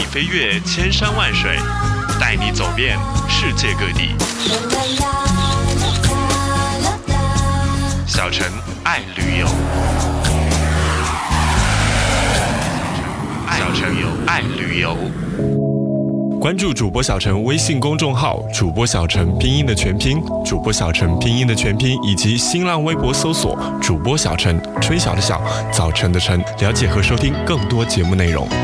飞越千山万水，带你走遍世界各地。小陈爱旅游，小陈爱旅游。关注主播小陈微信公众号，主播小陈拼音的全拼，主播小陈拼音的全拼，以及新浪微博搜索主播小陈，春晓的晓，早晨的晨，了解和收听更多节目内容。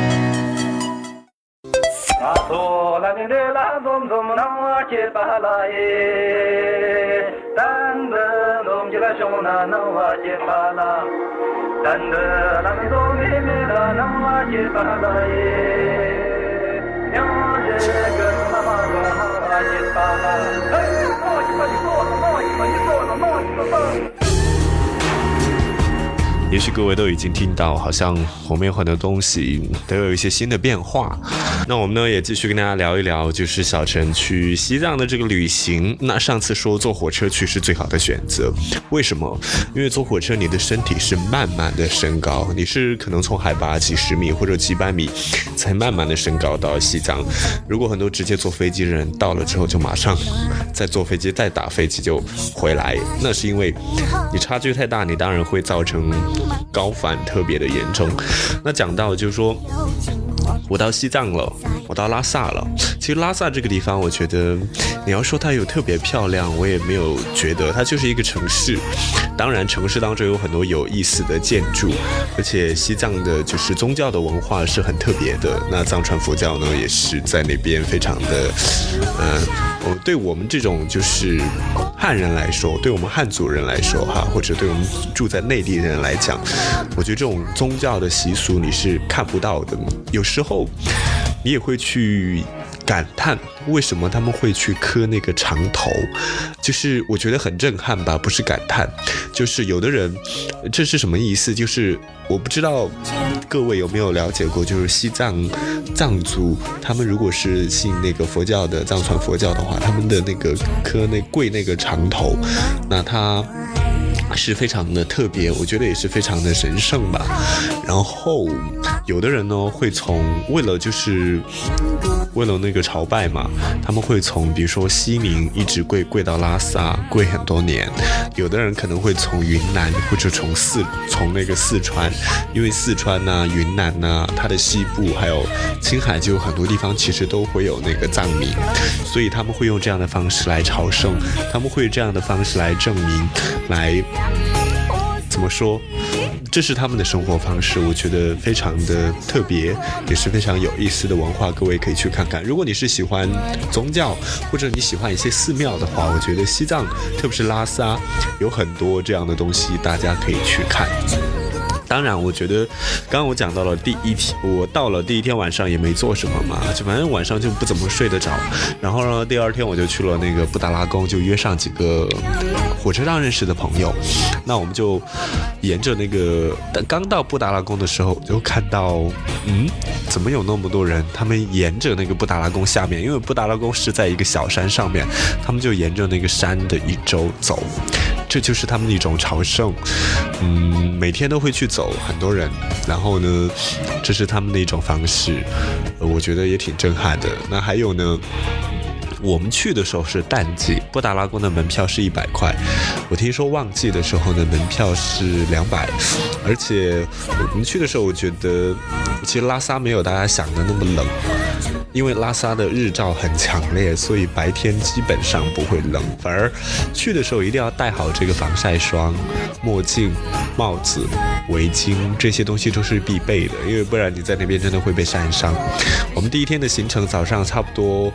也许各位都已经听到，好像我们有很多东西都有一些新的变化。那我们呢也继续跟大家聊一聊，就是小陈去西藏的这个旅行。那上次说坐火车去是最好的选择，为什么？因为坐火车你的身体是慢慢的升高，你是可能从海拔几十米或者几百米才慢慢的升高到西藏。如果很多直接坐飞机的人到了之后就马上再坐飞机再打飞机就回来，那是因为你差距太大，你当然会造成高反特别的严重。那讲到就是说我到西藏了，我到拉萨了。其实拉萨这个地方我觉得你要说它有特别漂亮，我也没有觉得，它就是一个城市。当然城市当中有很多有意思的建筑，而且西藏的就是宗教的文化是很特别的。那藏传佛教呢也是在那边非常的对我们这种就是汉人来说，对我们汉族人来说哈，或者对我们住在内地人来讲，我觉得这种宗教的习俗你是看不到的。有时候你也会去感叹为什么他们会去磕那个长头，就是我觉得很震撼吧，不是感叹，就是有的人这是什么意思，就是我不知道各位有没有了解过，就是西藏藏族他们如果是信那个佛教的藏传佛教的话，他们的那个磕那跪那个长头，那他是非常的特别，我觉得也是非常的神圣吧。然后有的人呢会为了那个朝拜嘛，他们会从比如说西宁一直跪到拉萨，跪很多年。有的人可能会从云南或者从那个四川，因为四川啊云南啊它的西部还有青海就有很多地方其实都会有那个藏民，所以他们会用这样的方式来朝圣，他们会这样的方式来证明，来怎么说，这是他们的生活方式，我觉得非常的特别，也是非常有意思的文化，各位可以去看看。如果你是喜欢宗教或者你喜欢一些寺庙的话，我觉得西藏特别是拉萨有很多这样的东西大家可以去看。当然我觉得刚刚我讲到了我到了第一天晚上也没做什么嘛，就反正晚上就不怎么睡得着。然后呢第二天我就去了那个布达拉宫，就约上几个火车上认识的朋友。那我们就沿着那个刚到布达拉宫的时候就看到怎么有那么多人，他们沿着那个布达拉宫下面，因为布达拉宫是在一个小山上面，他们就沿着那个山的一周走，这就是他们的一种朝圣。每天都会去走很多人，然后呢这是他们的一种方式，我觉得也挺震撼的。那还有呢，我们去的时候是淡季，布达拉宫的门票是100块，我听说旺季的时候呢门票是200。而且我们去的时候我觉得其实拉萨没有大家想的那么冷，因为拉萨的日照很强烈，所以白天基本上不会冷，反而去的时候一定要带好这个防晒霜、墨镜、帽子、围巾，这些东西都是必备的，因为不然你在那边真的会被晒伤。我们第一天的行程早上差不多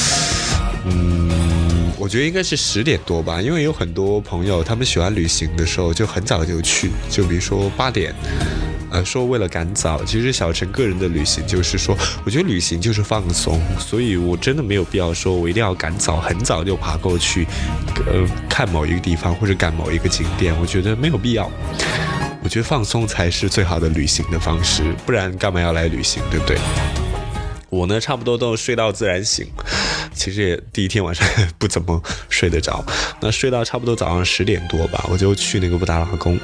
我觉得应该是10点多吧，因为有很多朋友他们喜欢旅行的时候就很早就去，就比如说8点说为了赶早。其实小陈个人的旅行就是说，我觉得旅行就是放松，所以我真的没有必要说我一定要赶早很早就爬过去看某一个地方或者赶某一个景点，我觉得没有必要。我觉得放松才是最好的旅行的方式，不然干嘛要来旅行，对不对？我呢差不多都睡到自然醒，其实也第一天晚上不怎么睡得着，那睡到差不多早上10点多吧，我就去那个布达拉宫。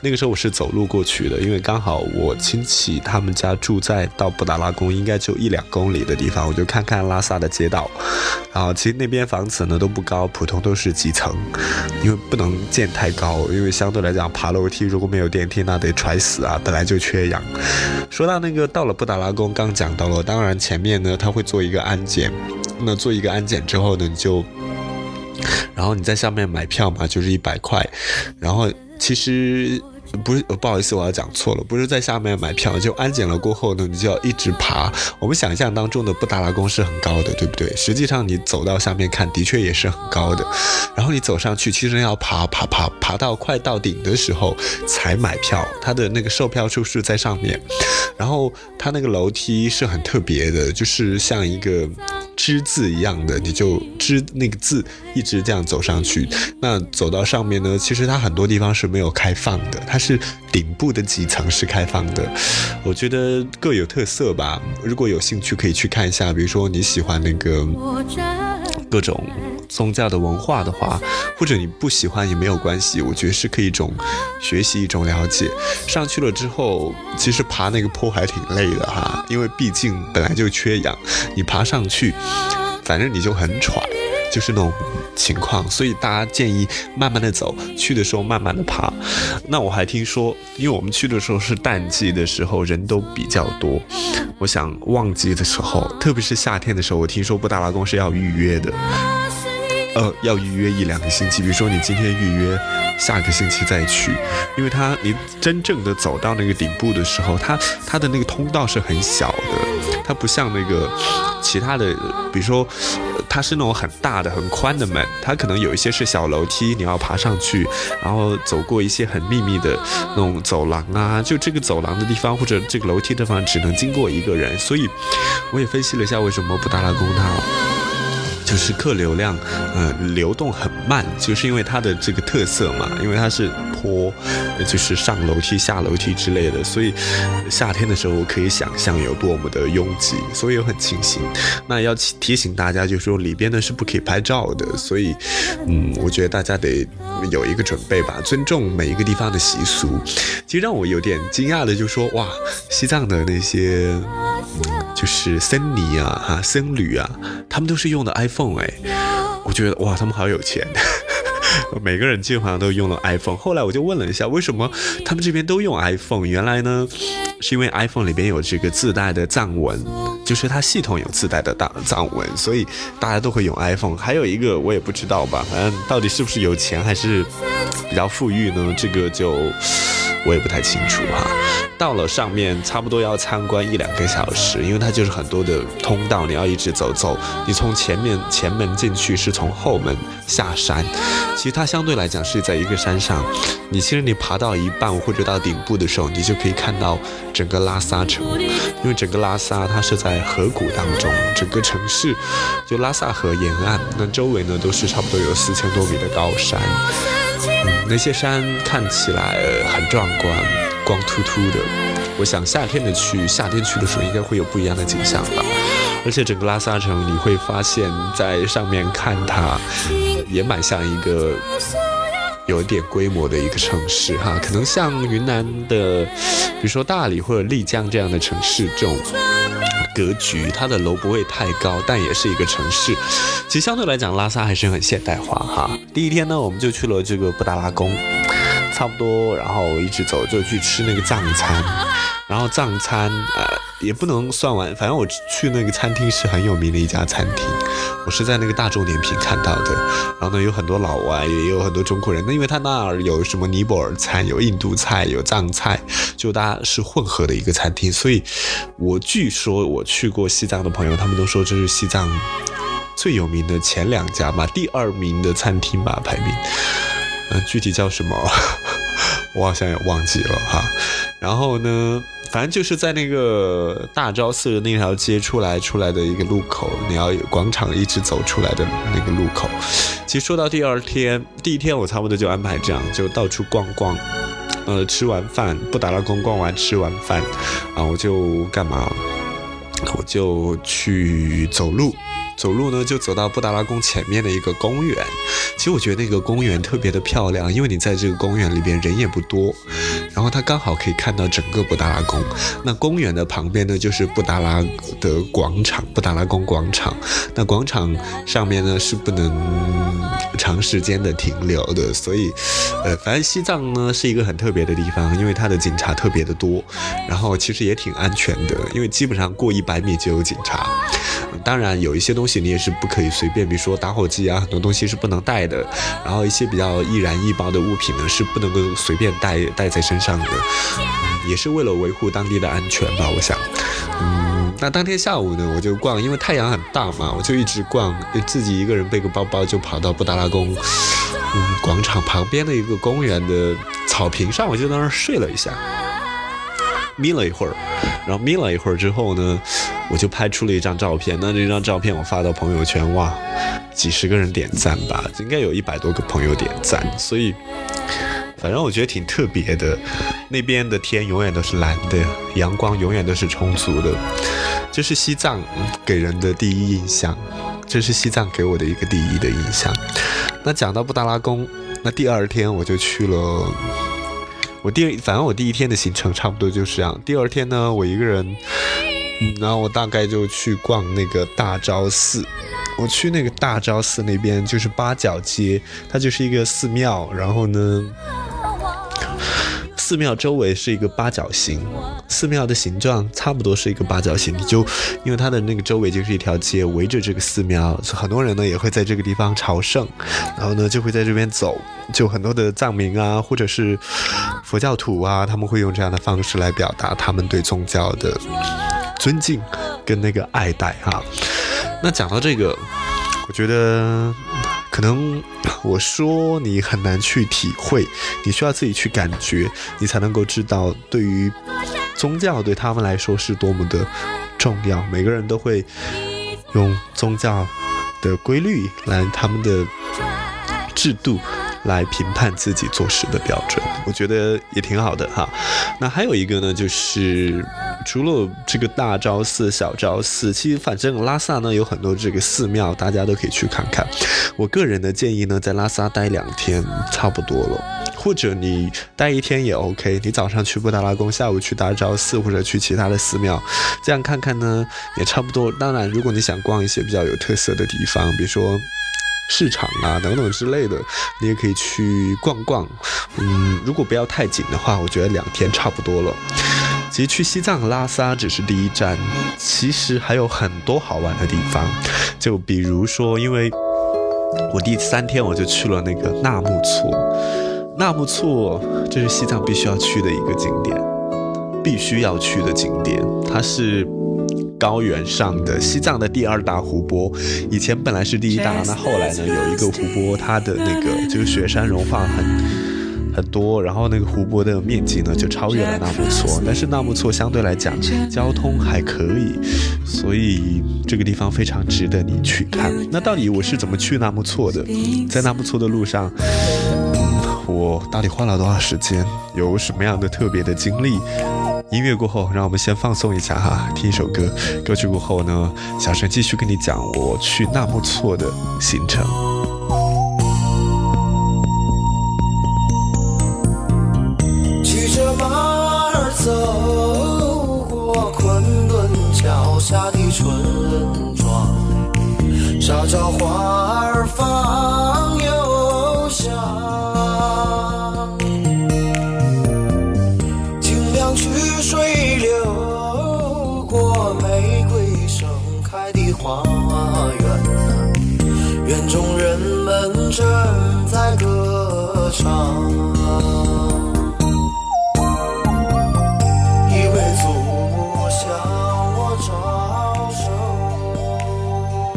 那个时候我是走路过去的，因为刚好我亲戚他们家住在到布达拉宫应该就1-2公里的地方，我就看看拉萨的街道。然后其实那边房子呢都不高，普通都是几层，因为不能建太高，因为相对来讲爬楼梯如果没有电梯那得踹死啊，本来就缺氧。说到那个到了布达拉宫，刚讲到了，当然前面呢他会做一个安检，那做一个安检之后呢然后你在上面买票嘛，就是100块，然后其实不好意思，我要讲错了，不是在下面买票，就安检了过后呢，你就要一直爬。我们想象当中的布达拉宫是很高的，对不对？实际上你走到下面看，的确也是很高的。然后你走上去，其实要爬到快到顶的时候才买票，它的那个售票处是在上面。然后它那个楼梯是很特别的，就是像一个之字一样的，你就之那个字一直这样走上去。那走到上面呢，其实它很多地方是没有开放的，它是顶部的几层是开放的，我觉得各有特色吧。如果有兴趣可以去看一下，比如说你喜欢那个各种宗教的文化的话，或者你不喜欢也没有关系，我觉得是可以一种学习一种了解。上去了之后其实爬那个坡还挺累的哈，因为毕竟本来就缺氧，你爬上去反正你就很喘，就是那种情况，所以大家建议慢慢的走，去的时候慢慢的爬。那我还听说，因为我们去的时候是淡季的时候，人都比较多。我想旺季的时候，特别是夏天的时候，我听说布达拉宫是要预约的，要预约1-2个星期。比如说你今天预约，下个星期再去，因为你真正的走到那个顶部的时候，它的那个通道是很小的，它不像那个其他的，比如说它是那种很大的很宽的门，它可能有一些是小楼梯，你要爬上去，然后走过一些很秘密的那种走廊啊，就这个走廊的地方或者这个楼梯的地方只能经过一个人。所以我也分析了一下为什么布达拉宫它就是客流量流动很慢，就是因为它的这个特色嘛，因为它是坡，就是上楼梯下楼梯之类的，所以夏天的时候我可以想象有多么的拥挤，所以我很庆幸。那要提醒大家，就是说里边呢是不可以拍照的，所以我觉得大家得有一个准备吧，尊重每一个地方的习俗。其实让我有点惊讶的就是说，哇，西藏的那些就是僧尼啊僧侣啊，他们都是用的 iPhone。我觉得哇，他们好有钱每个人基本上都用了 iPhone。 后来我就问了一下为什么他们这边都用 iPhone， 原来呢是因为 iPhone 里边有这个自带的藏文，就是它系统有自带的藏文，所以大家都会用 iPhone。 还有一个我也不知道吧，反正到底是不是有钱还是比较富裕呢，这个就我也不太清楚哈。到了上面差不多要参观1-2个小时，因为它就是很多的通道，你要一直走。你从前门进去，是从后门下山。其实它相对来讲是在一个山上，其实你爬到一半或者到顶部的时候，你就可以看到整个拉萨城。因为整个拉萨它是在河谷当中，整个城市就拉萨河沿岸，那周围呢都是差不多有4000多米的高山。那些山看起来很壮观，光秃秃的。我想夏天去的时候应该会有不一样的景象吧。而且整个拉萨城你会发现在上面看它也蛮像一个有点规模的一个城市哈，可能像云南的比如说大理或者丽江这样的城市，这种格局，它的楼不会太高，但也是一个城市。其实相对来讲拉萨还是很现代化哈。第一天呢我们就去了这个布达拉宫，差不多然后一直走就去吃那个藏餐，然后藏餐也不能算完，反正我去那个餐厅是很有名的一家餐厅，我是在那个大众点评看到的。然后呢有很多老外也有很多中国人，那因为他那儿有什么尼泊尔菜，有印度菜，有藏菜，就大家是混合的一个餐厅。所以据说我去过西藏的朋友他们都说这是西藏最有名的前2家吧，第2名的餐厅吧排名，具体叫什么我好像也忘记了哈。然后呢反正就是在那个大昭寺的那条街出来的一个路口，你要有广场一直走出来的那个路口。其实说到第一天我差不多就安排这样，就到处逛逛，吃完饭布达拉宫逛完吃完饭我就干嘛，我就去走路呢，就走到布达拉宫前面的一个公园。其实我觉得那个公园特别的漂亮，因为你在这个公园里边人也不多， 然后它刚好可以看到整个布达拉宫。那公园的旁边呢，就是布达拉的广场，布达拉宫广场。那广场上面呢是不能长时间的停留的，所以反正西藏呢是一个很特别的地方，因为它的警察特别的多，然后其实也挺安全的，因为基本上过100米就有警察。当然有一些东西你也是不可以随便，比如说打火机啊，很多东西是不能带的，然后一些比较易燃易爆的物品呢是不能够随便带在身上的，也是为了维护当地的安全吧，我想。那当天下午呢，我就逛，因为太阳很大嘛，我就一直逛，自己一个人背个包包就跑到布达拉宫广场旁边的一个公园的草坪上，我就在那儿睡了一下，眯了一会儿，然后眯了一会儿之后呢，我就拍出了一张照片。那这张照片我发到朋友圈，哇，几十个人点赞吧，应该有100多个朋友点赞，所以反正我觉得挺特别的。那边的天永远都是蓝的，阳光永远都是充足的，这是西藏给人的第一印象，这是西藏给我的一个第一的印象。那讲到布达拉宫，那第二天我就去了。反正我第一天的行程差不多就是这样。第二天呢，我一个人，然后我大概就去逛那个大昭寺。我去那个大昭寺那边，就是八角街，它就是一个寺庙，然后呢，寺庙周围是一个八角形，寺庙的形状差不多是一个八角形，你就因为它的那个周围就是一条街，围着这个寺庙，很多人呢也会在这个地方朝圣，然后呢就会在这边走，就很多的藏民啊或者是佛教徒啊，他们会用这样的方式来表达他们对宗教的尊敬跟那个爱戴哈。那讲到这个，我觉得可能我说你很难去体会，你需要自己去感觉，你才能够知道对于宗教对他们来说是多么的重要。每个人都会用宗教的规律来他们的制度来评判自己做事的标准，我觉得也挺好的哈。那还有一个呢，就是除了这个大昭寺、小昭寺，其实反正拉萨呢有很多这个寺庙，大家都可以去看看。我个人的建议呢，在拉萨待2天差不多了，或者你待1天也 OK。你早上去布达拉宫，下午去大昭寺或者去其他的寺庙，这样看看呢也差不多。当然，如果你想逛一些比较有特色的地方，比如说市场啊等等之类的，你也可以去逛逛。如果不要太紧的话，我觉得2天差不多了。其实去西藏拉萨只是第一站，其实还有很多好玩的地方。就比如说，因为我第3天我就去了那个纳木错。纳木错这是西藏必须要去的一个景点，必须要去的景点。它是高原上的西藏的第2大湖泊，以前本来是第1大，那后来呢有一个湖泊，它的那个就是雪山融化很多，然后那个湖泊的面积呢就超越了纳木错，但是纳木错相对来讲交通还可以，所以这个地方非常值得你去看。那到底我是怎么去纳木错的？在纳木错的路上，我到底花了多少时间？有什么样的特别的经历？音乐过后，让我们先放松一下哈，听一首歌。歌曲过后呢，小陈继续跟你讲我去纳木错的行程。 骑着马儿走过昆仑脚下的村庄，小桥花儿放幽香，清凉曲水流过玫瑰盛开的花园，园中人们正在歌唱，一位祖母向我招手，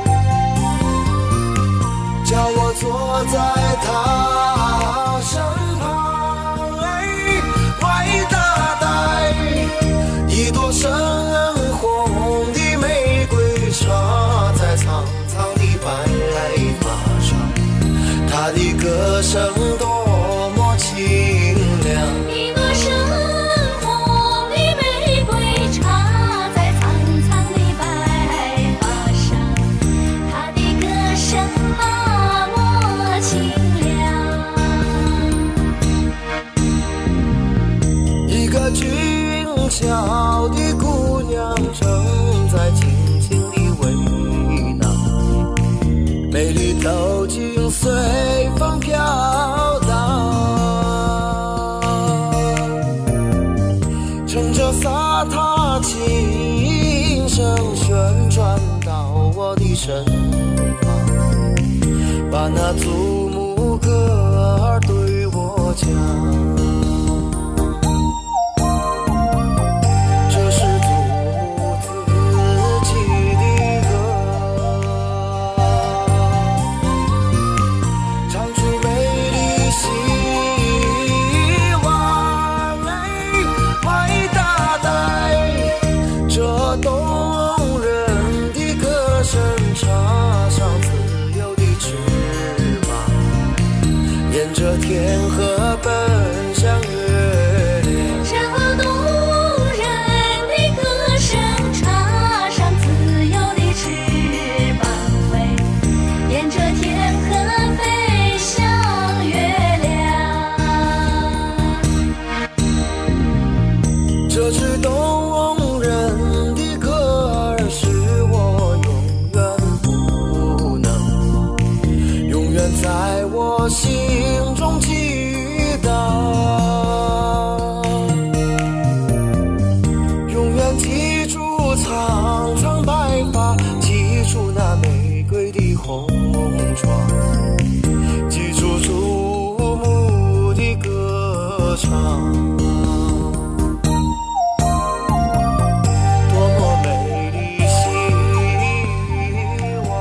叫我坐在她身旁，外大袋一朵深红的玫瑰插在苍苍的白发上，她的歌声多么清亮。 一朵深红的玫瑰插在苍苍的白发上，她的歌声那么清亮。 巧的姑娘正在尽情地为难，美丽头巾随风飘荡，乘着洒踏琴声旋转到我的身旁，把那祖母歌儿对我讲。天河奔向月亮， 这动人的歌声插上自由的翅膀，喂，沿着天河飞向月亮。 这支动人的歌儿是我永远不能忘，永远在我心中记得，永远记住苍苍白发，记住那玫瑰的红妆，记住祖母的歌唱。多么美丽希望，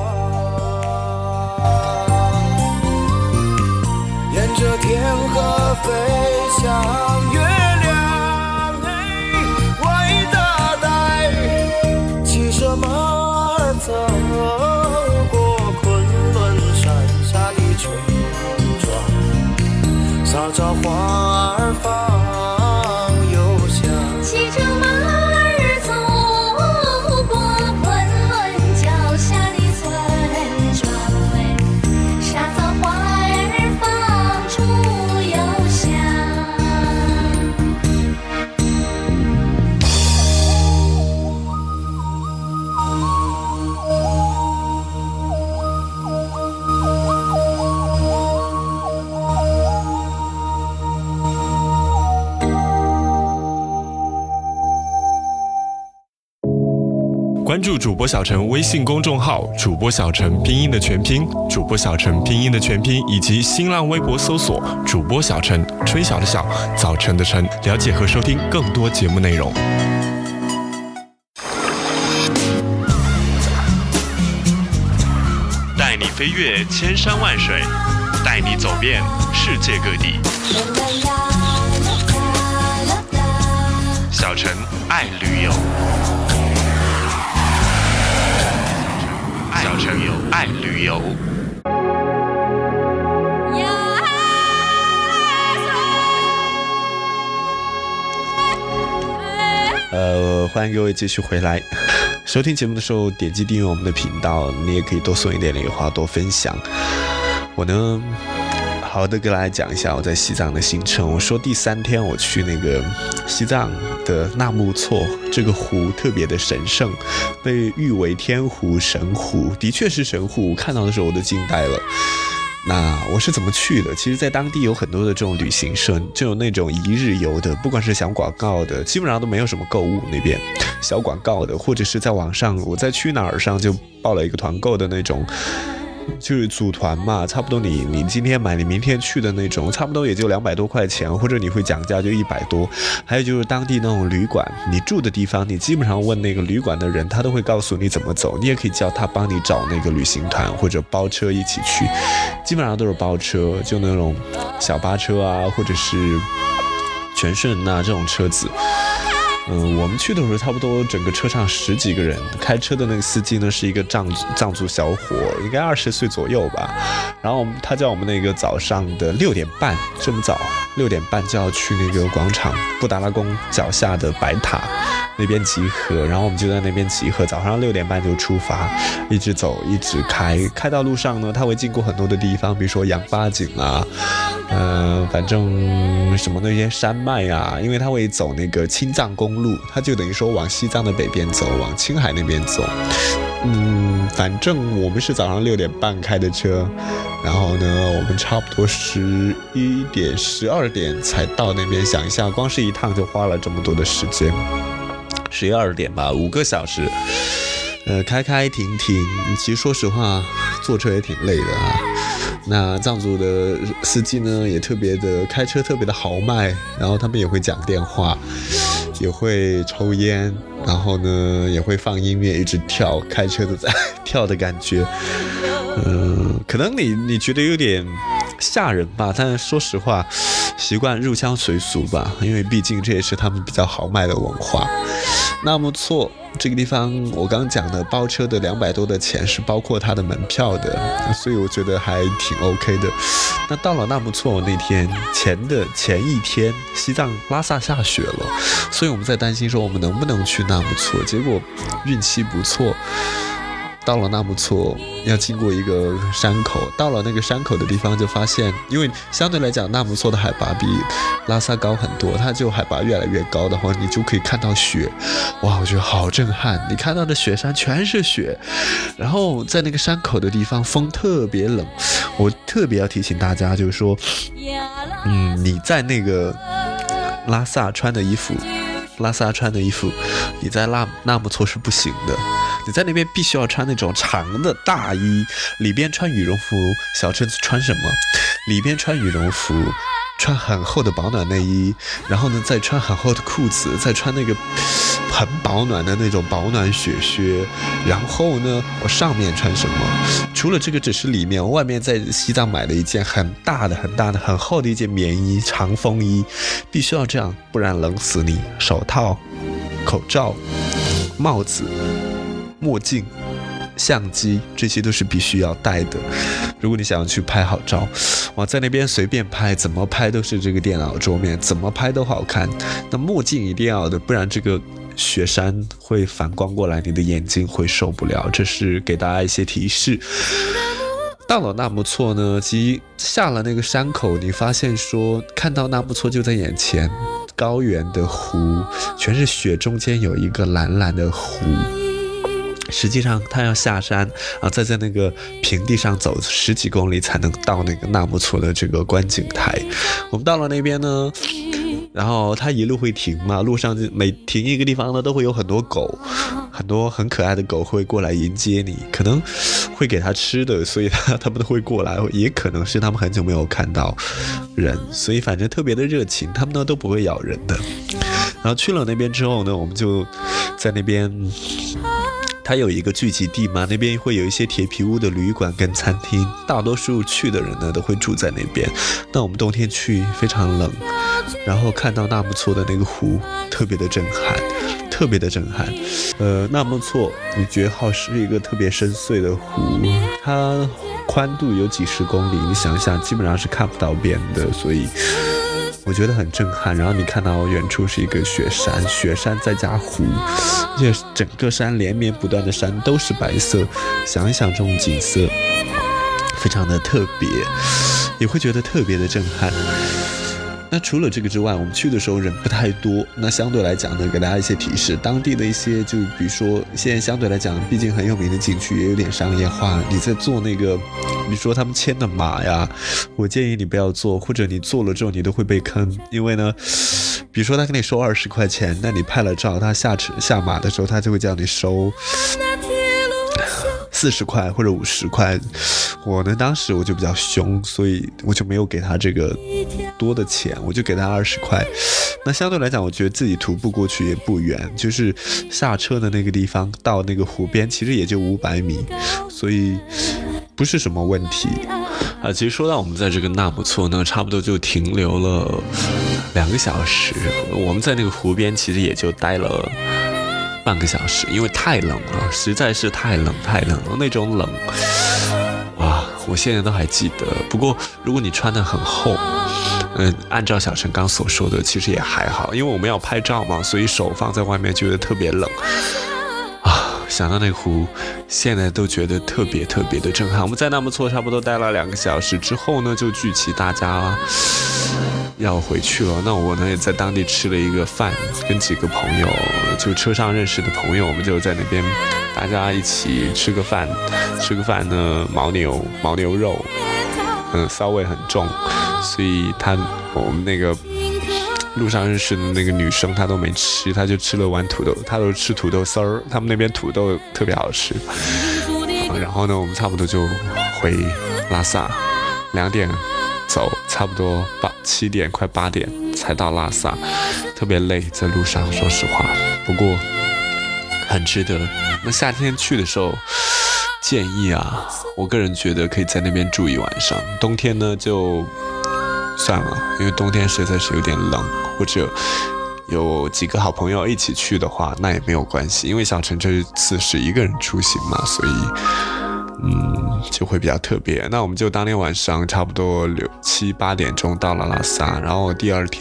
沿着天河飞向月亮，喂大带，骑着马儿走过昆仑山下的村庄，撒着花儿放幽香， 骑着马儿走过昆仑脚下的村庄，喂，沙枣花儿放出幽香。 关注主播小陈微信公众号，主播小陈拼音的全拼，主播小陈拼音的全拼，以及新浪微博搜索主播小陈，春晓的晓，早晨的晨，了解和收听更多节目内容。带你飞越千山万水，带你走遍世界各地。小陈爱旅游。小陈爱旅游。欢迎各位继续回来。收听节目的时候，点击订阅我们的频道，你也可以多送一点礼花，多分享。我呢，好好的跟大家讲一下我在西藏的行程。我说第3天我去那个西藏的纳木错，这个湖特别的神圣，被誉为天湖神湖，的确是神湖。看到的时候我都惊呆了。那我是怎么去的？其实在当地有很多的这种旅行社，就有那种一日游的，不管是想广告的，基本上都没有什么购物，那边小广告的，或者是在网上我在去哪儿上就报了一个团购的那种，就是组团嘛，差不多你今天买你明天去的那种，差不多也就200多块钱，或者你会讲价就100多。还有就是当地那种旅馆，你住的地方，你基本上问那个旅馆的人，他都会告诉你怎么走，你也可以叫他帮你找那个旅行团或者包车一起去，基本上都是包车，就那种小巴车啊，或者是全顺啊这种车子。我们去的时候差不多整个车上10几个人，开车的那个司机呢是一个藏族小伙，应该20岁左右吧。然后他叫我们那个早上的6点半，这么早6点半就要去那个广场布达拉宫脚下的白塔， 那边集合，然后我们就在那边集合，早上6点半就出发，一直走一直开到路上呢，它会经过很多的地方，比如说羊八井啊，反正什么那些山脉啊，因为它会走那个青藏公路，它就等于说往西藏的北边走，往青海那边走。反正我们是早上6点半开的车，然后呢，我们差不多11点、12点才到那边。想一下，光是一趟就花了这么多的时间，12点吧，5个小时。开停，其实说实话，坐车也挺累的啊。那藏族的司机呢，也特别的开车特别的豪迈，然后他们也会讲电话，也会抽烟，然后呢也会放音乐一直跳，开车都在跳的感觉。可能你觉得有点吓人吧，但是说实话，习惯入乡随俗吧，因为毕竟这也是他们比较豪迈的文化。纳木错这个地方，我刚讲的包车的200多的钱是包括它的门票的，所以我觉得还挺 OK 的。那到了纳木错那天前一天，西藏拉萨下雪了，所以我们在担心说我们能不能去纳木错，结果运气不错。到了纳木错要经过一个山口，到了那个山口的地方就发现，因为相对来讲纳木错的海拔比拉萨高很多，它就海拔越来越高的话，你就可以看到雪。哇，我觉得好震撼，你看到的雪山全是雪，然后在那个山口的地方风特别冷。我特别要提醒大家，就是说你在那个拉萨穿的衣服，你在纳木错是不行的，你在那边必须要穿那种长的大衣，里边穿羽绒服。小陈穿什么？里边穿羽绒服，穿很厚的保暖内衣，然后呢再穿很厚的裤子，再穿那个很保暖的那种保暖雪靴，然后呢我上面穿什么？除了这个只是里面，外面在西藏买了一件很大的很厚的一件棉衣，长风衣，必须要这样，不然冷死你。手套、口罩、帽子、墨镜、相机，这些都是必须要带的。如果你想要去拍好照，哇，在那边随便拍，怎么拍都是这个电脑桌面，怎么拍都好看。那墨镜一定要的，不然这个雪山会反光过来，你的眼睛会受不了。这是给大家一些提示。到了纳木错呢，其实下了那个山口，你发现说看到纳木错就在眼前，高原的湖全是雪，中间有一个蓝蓝的湖。实际上他要下山啊，再在那个平地上走10几公里才能到那个纳木错的这个观景台。我们到了那边呢，然后他一路会停嘛，路上每停一个地方呢，都会有很多狗，很多很可爱的狗会过来迎接你，可能会给他吃的，所以他们都会过来，也可能是他们很久没有看到人，所以反正特别的热情，他们呢都不会咬人的。然后去了那边之后呢，我们就在那边。它有一个聚集地嘛，那边会有一些铁皮屋的旅馆跟餐厅，大多数去的人呢都会住在那边。那我们冬天去非常冷，然后看到纳木错的那个湖，特别的震撼。纳木错女爵号是一个特别深邃的湖，它宽度有几十公里，你想想基本上是看不到边的，所以我觉得很震撼。然后你看到远处是一个雪山再加湖，而且整个山连绵不断的山都是白色，想一想这种景色非常的特别，也会觉得特别的震撼。那除了这个之外，我们去的时候人不太多，那相对来讲呢，给大家一些提示，当地的一些就比如说现在相对来讲毕竟很有名的景区也有点商业化，你在做那个比如说他们牵的马呀，我建议你不要做，或者你做了之后你都会被坑。因为呢比如说他给你收20块钱，那你拍了照，他下马的时候他就会叫你收40块或者50块。我呢当时我就比较凶，所以我就没有给他这个多的钱，我就给他20块。那相对来讲我觉得自己徒步过去也不远，就是下车的那个地方到那个湖边其实也就500米，所以不是什么问题啊。其实说到我们在这个纳木错呢，差不多就停留了2个小时，我们在那个湖边其实也就待了半个小时，因为太冷了，实在是太冷了，那种冷哇，我现在都还记得。不过如果你穿得很厚， 按照小陈刚所说的，其实也还好，因为我们要拍照嘛，所以手放在外面觉得特别冷啊。想到那个湖，现在都觉得特别特别的震撼。我们在纳木错差不多待了2个小时之后呢，就聚齐大家要回去了。那我呢也在当地吃了一个饭，跟几个朋友，就车上认识的朋友，我们就在那边大家一起吃个饭。吃个饭呢，牦牛肉，骚味很重，所以我们那个路上认识的那个女生她都没吃，她就吃了碗土豆，她都吃土豆丝儿，他们那边土豆特别好吃。然后呢，我们差不多就回拉萨，2点走，差不多7点快8点才到拉萨，特别累，在路上说实话，不过很值得。那夏天去的时候，建议啊，我个人觉得可以在那边住1晚上，冬天呢就算了，因为冬天实在是有点冷，或者有几个好朋友一起去的话，那也没有关系，因为小陈这次是1个人出行嘛，所以就会比较特别。那我们就当天晚上差不多6、7、8点钟到了拉萨，然后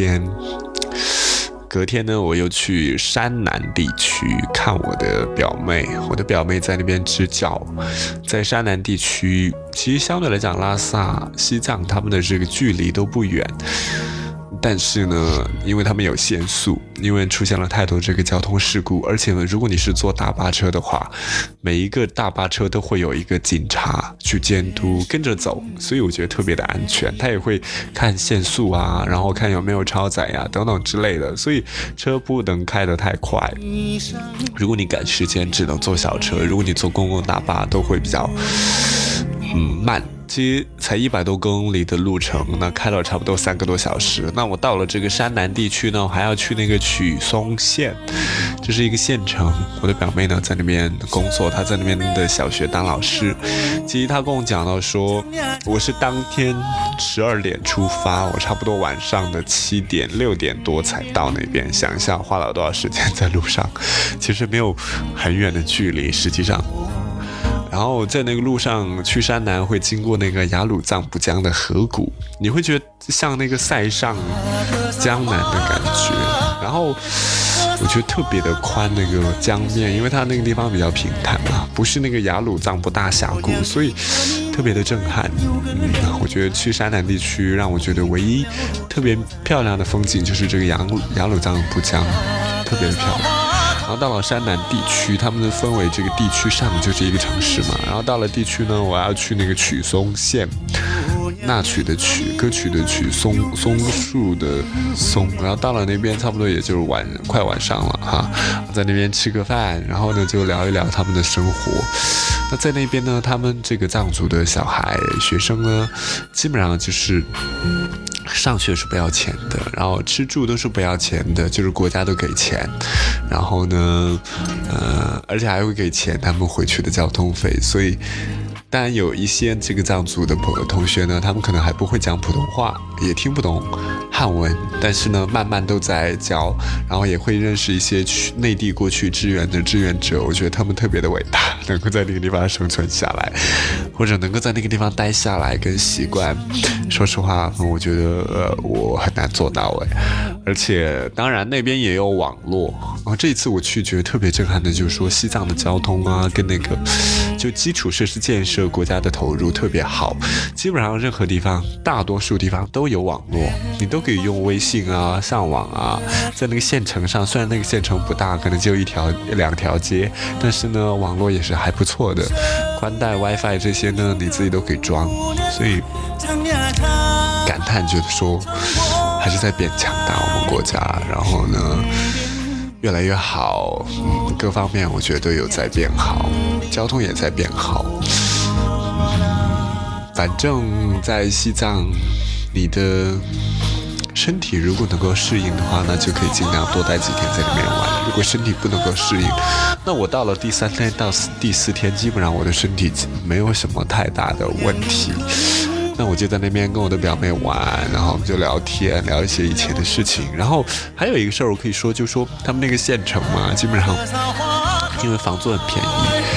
隔天呢，我又去山南地区看我的表妹，我的表妹在那边支教。在山南地区，其实相对来讲，拉萨、西藏他们的这个距离都不远，但是呢，因为他们有限速，因为出现了太多这个交通事故，而且呢，如果你是坐大巴车的话，每一个大巴车都会有一个警察去监督，跟着走，所以我觉得特别的安全。他也会看限速啊，然后看有没有超载呀，等等之类的，所以车不能开得太快。如果你赶时间，只能坐小车；如果你坐公共大巴，都会比较慢。其实才100多公里的路程，那开了差不多3个多小时。那我到了这个山南地区呢，我还要去那个曲松县，这是一个县城。我的表妹呢在那边工作，她在那边的小学当老师。其实她跟我讲到说，我是当天12点出发，我差不多晚上的7点、6点多才到那边。想一下花了多少时间在路上，其实没有很远的距离，实际上。然后在那个路上去山南会经过那个雅鲁藏布江的河谷，你会觉得像那个塞上江南的感觉。然后我觉得特别的宽那个江面，因为它那个地方比较平坦嘛，不是那个雅鲁藏布大峡谷，所以特别的震撼。我觉得去山南地区让我觉得唯一特别漂亮的风景就是这个雅鲁藏布江，特别的漂亮。然后到了山南地区，他们分为这个地区上就是一个城市嘛。然后到了地区呢，我要去那个曲松县，纳曲的曲，歌曲的曲，松树的松。然后到了那边，差不多也就是快晚上了哈，在那边吃个饭，然后呢就聊一聊他们的生活。那在那边呢，他们这个藏族的小孩学生呢，基本上就是上学是不要钱的，然后吃住都是不要钱的，就是国家都给钱，然后呢，而且还会给钱他们回去的交通费，所以当然有一些这个藏族的同学呢，他们可能还不会讲普通话，也听不懂汉文，但是呢慢慢都在教，然后也会认识一些内地过去支援的志愿者。我觉得他们特别的伟大，能够在那个地方生存下来，或者能够在那个地方待下来跟习惯。说实话，我觉得我很难做到而且当然那边也有网络。然后这一次我去觉得特别震撼的就是说，西藏的交通啊跟那个就基础设施建设国家的投入特别好，基本上任何地方大多数地方都有网络，你都可以用微信啊上网啊。在那个县城上，虽然那个县城不大，可能就2条街，但是呢网络也是还不错的，宽带 WiFi 这些呢你自己都可以装，所以感叹觉得说还是在变强大我们国家，然后呢越来越好，各方面我觉得都有在变好，交通也在变好。反正在西藏，你的身体如果能够适应的话，那就可以尽量多待几天在里面玩。如果身体不能够适应，那我到了第3天到第4天，基本上我的身体没有什么太大的问题。那我就在那边跟我的表妹玩，然后我们就聊天，聊一些以前的事情。然后还有一个事儿我可以说，就说他们那个县城嘛，基本上因为房租很便宜，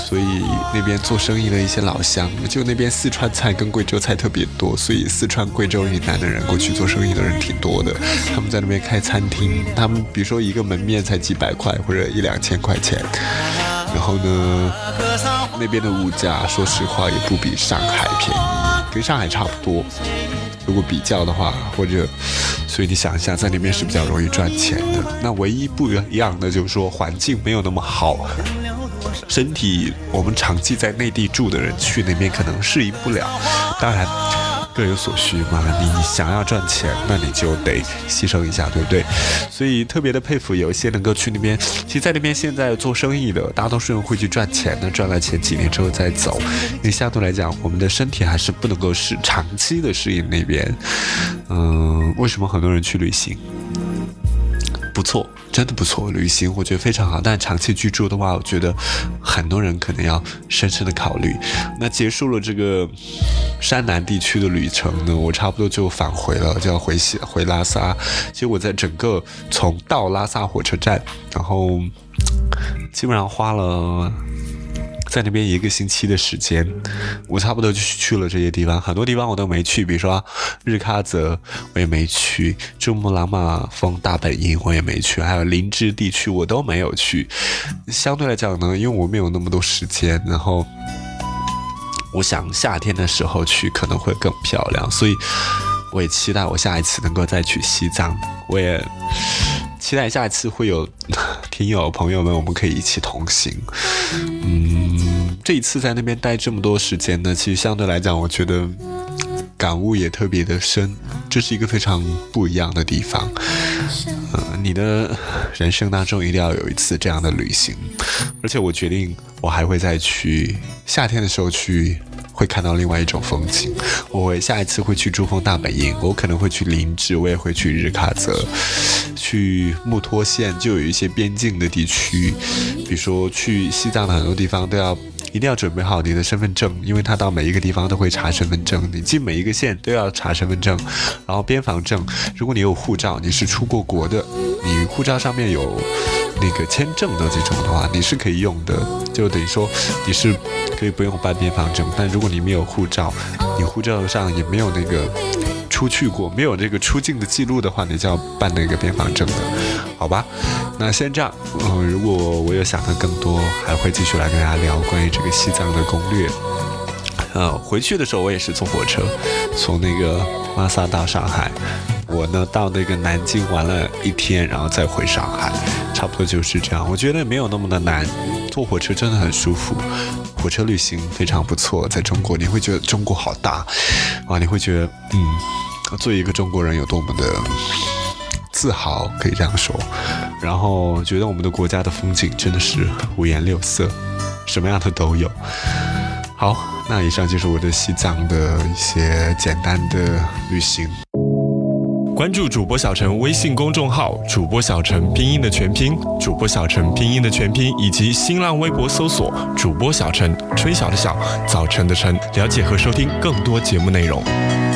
所以那边做生意的一些老乡，就那边四川菜跟贵州菜特别多，所以四川贵州以南的人过去做生意的人挺多的。他们在那边开餐厅，他们比如说一个门面才几百块或者1-2千块钱，然后呢那边的物价说实话也不比上海便宜，跟上海差不多如果比较的话，或者所以你想一下，在那边是比较容易赚钱的。那唯一不一样的就是说环境没有那么好，身体我们长期在内地住的人去那边可能适应不了，当然各有所需嘛，你想要赚钱那你就得牺牲一下，对不对？所以特别的佩服有一些能够去那边，其实在那边现在做生意的大多数人会去赚钱的，赚了钱几年之后再走，因为相对来讲我们的身体还是不能够长期的适应那边。为什么很多人去旅行？不错，真的不错，旅行我觉得非常好，但长期居住的话，我觉得很多人可能要深深的考虑。那结束了这个山南地区的旅程呢，我差不多就返回了，就要回拉萨。其实我在整个从到拉萨火车站，然后基本上花了在那边1个星期的时间，我差不多就去了这些地方，很多地方我都没去，比如说日喀则我也没去，珠穆朗玛峰大本营我也没去，还有林芝地区我都没有去。相对来讲呢，因为我没有那么多时间，然后我想夏天的时候去可能会更漂亮，所以我也期待我下一次能够再去西藏，我也期待下一次会有听友朋友们我们可以一起同行。这一次在那边待这么多时间呢，其实相对来讲我觉得感悟也特别的深，这是一个非常不一样的地方。你的人生当中一定要有一次这样的旅行，而且我决定我还会再去夏天的时候去，会看到另外一种风景。我下一次会去珠峰大本营，我可能会去林芝，我也会去日喀则，去木托县，就有一些边境的地区，比如说去西藏的很多地方一定要准备好你的身份证，因为他到每一个地方都会查身份证，你进每一个县都要查身份证，然后边防证，如果你有护照，你是出过国的，你护照上面有那个签证的这种的话，你是可以用的，就等于说你是可以不用办边防证。但如果你没有护照，你护照上也没有那个出去过，没有这个出境的记录的话，你就要办那个边防证的，好吧？那先这样，如果我有想的更多，还会继续来跟大家聊关于这个西藏的攻略。回去的时候我也是坐火车，从那个拉萨到上海，我呢到那个南京玩了1天，然后再回上海，差不多就是这样。我觉得没有那么的难，坐火车真的很舒服，火车旅行非常不错。在中国你会觉得中国好大啊，你会觉得作为一个中国人有多么的自豪，可以这样说。然后觉得我们的国家的风景真的是五颜六色，什么样的都有。好，那以上就是我的西藏的一些简单的旅行。 关注主播小陈微信公众号，主播小陈拼音的全拼，主播小陈拼音的全拼，以及新浪微博搜索主播小陈，春晓的晓，早晨的晨，了解和收听更多节目内容。